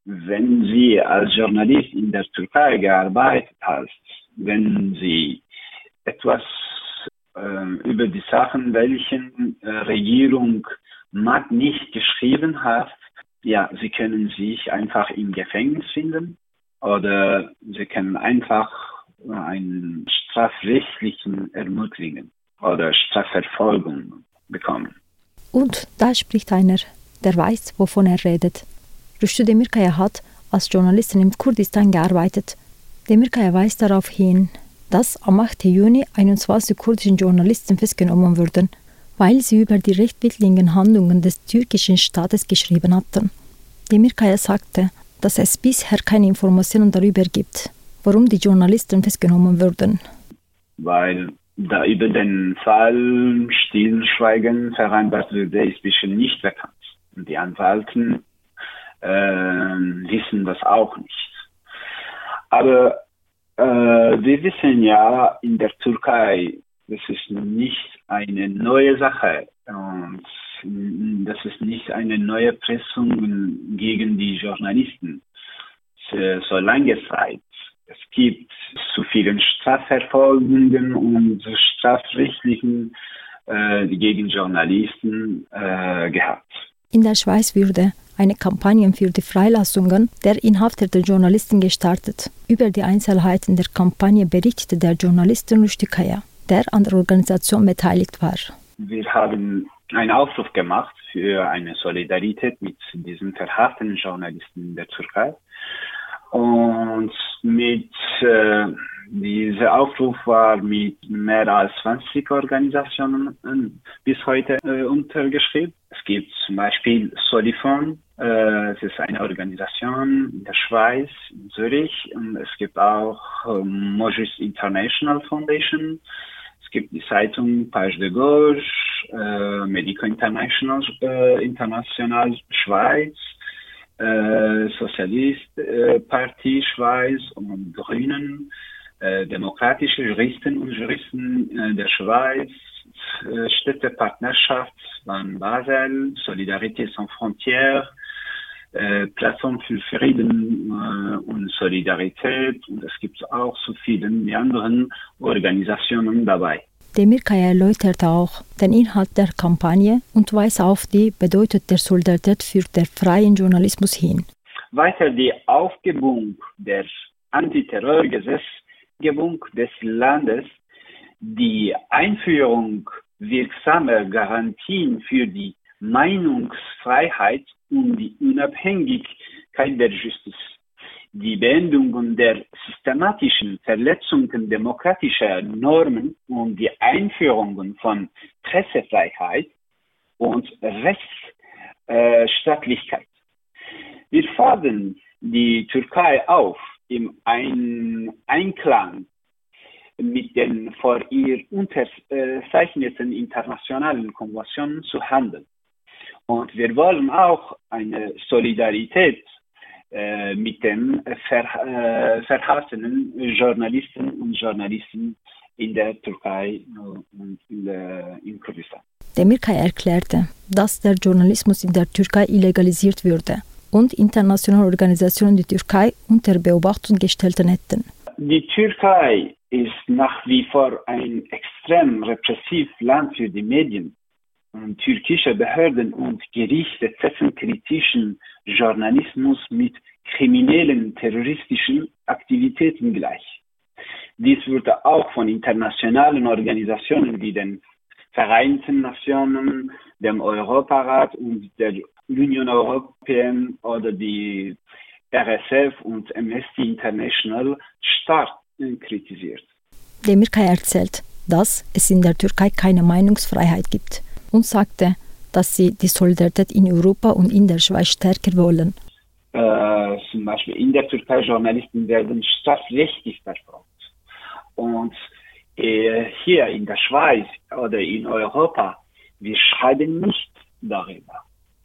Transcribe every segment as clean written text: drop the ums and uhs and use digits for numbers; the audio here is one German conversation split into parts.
wenn sie als Journalist in der Türkei gearbeitet hat, wenn sie etwas über die Sachen, welchen Regierung Matt nicht geschrieben hat, ja, sie können sich einfach im Gefängnis finden oder sie können einfach einen strafrechtlichen Ermittlungen oder Strafverfolgung bekommen. Und da spricht einer, der weiß, wovon er redet. Rüştü Demirkaya hat als Journalistin im Kurdistan gearbeitet. Demirkaya weist darauf hin, dass am 8. Juni 21 kurdischen Journalisten festgenommen wurden, weil sie über die rechtwidrigen Handlungen des türkischen Staates geschrieben hatten. Demirkaya sagte, dass es bisher keine Informationen darüber gibt, warum die Journalisten festgenommen wurden. Weil da über den Fall Stillschweigen vereinbart wurde, ist bisher nicht bekannt. Und die Anwälten wissen das auch nicht. Aber wir wissen ja, in der Türkei, das ist nicht eine neue Sache und das ist nicht eine neue Pressung gegen die Journalisten. So lange Zeit. Es gibt zu vielen Strafverfolgungen und strafrechtlichen gegen Journalisten gehabt. In der Schweiz wurde eine Kampagne für die Freilassungen der inhaftierten Journalisten gestartet. Über die Einzelheiten der Kampagne berichtete der Journalist Rüştü Kaya, der an der Organisation beteiligt war. Wir haben einen Aufruf gemacht für eine Solidarität mit diesen verhafteten Journalisten in der Türkei. Und dieser Aufruf war mit mehr als 20 Organisationen bis heute untergeschrieben. Es gibt zum Beispiel Solifon, es ist eine Organisation in der Schweiz, in Zürich. Und es gibt auch Mojis International Foundation. Es gibt die Zeitung Page de Gauche, Medico International Schweiz, Sozialistpartie Schweiz und Grünen, demokratische Juristen und Juristen der Schweiz, Städtepartnerschaft von Basel, Solidarité Sans Frontières, Plattform für Frieden und Solidarität, und es gibt auch so viele anderen Organisationen dabei. Demirkaya erläuterte auch den Inhalt der Kampagne und weist auf die Bedeutung der Solidarität für den freien Journalismus hin. Weiter die Aufgebung der Antiterrorgesetzgebung des Landes, die Einführung wirksamer Garantien für die Meinungsfreiheit und die Unabhängigkeit der Justiz, die Beendung der systematischen Verletzungen demokratischer Normen und die Einführung von Pressefreiheit und Rechtsstaatlichkeit. Wir fordern die Türkei auf, im Einklang mit den vor ihr unterzeichneten internationalen Konventionen zu handeln. Und wir wollen auch eine Solidarität mit den verhafteten Journalisten und Journalisten in der Türkei und in Kurdistan. Demirkaya erklärte, dass der Journalismus in der Türkei illegalisiert würde und internationale Organisationen die Türkei unter Beobachtung gestellt hätten. Die Türkei ist nach wie vor ein extrem repressives Land für die Medien. Und türkische Behörden und Gerichte setzen kritischen Journalismus mit kriminellen, terroristischen Aktivitäten gleich. Dies wurde auch von internationalen Organisationen wie den Vereinten Nationen, dem Europarat und der Union Européenne oder die RSF und Amnesty International stark kritisiert. Demirkaya erzählt, dass es in der Türkei keine Meinungsfreiheit gibt und sagte, dass sie die Solidarität in Europa und in der Schweiz stärker wollen. Zum Beispiel in der Türkei Journalisten werden strafrechtlich verfolgt. Und hier in der Schweiz oder in Europa, wir schreiben nicht darüber.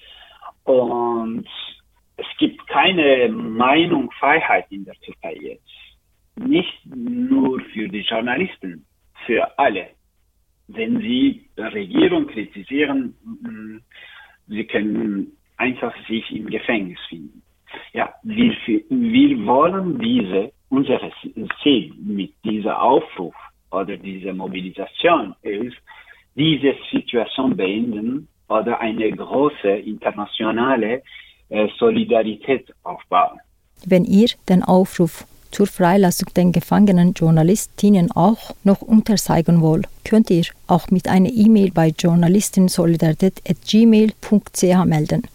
Und es gibt keine Meinungsfreiheit in der Türkei jetzt. Nicht nur für die Journalisten, für alle. Wenn sie die Regierung kritisieren, sie können einfach sich im Gefängnis finden. Ja, wir wollen unser Ziel mit dieser Aufruf oder dieser Mobilisation ist, diese Situation beenden oder eine große internationale Solidarität aufbauen. Wenn ihr den Aufruf zur Freilassung der gefangenen Journalistinnen auch noch unterzeigen wollt, könnt ihr auch mit einer E-Mail bei journalistensolidarität@gmail.ch melden.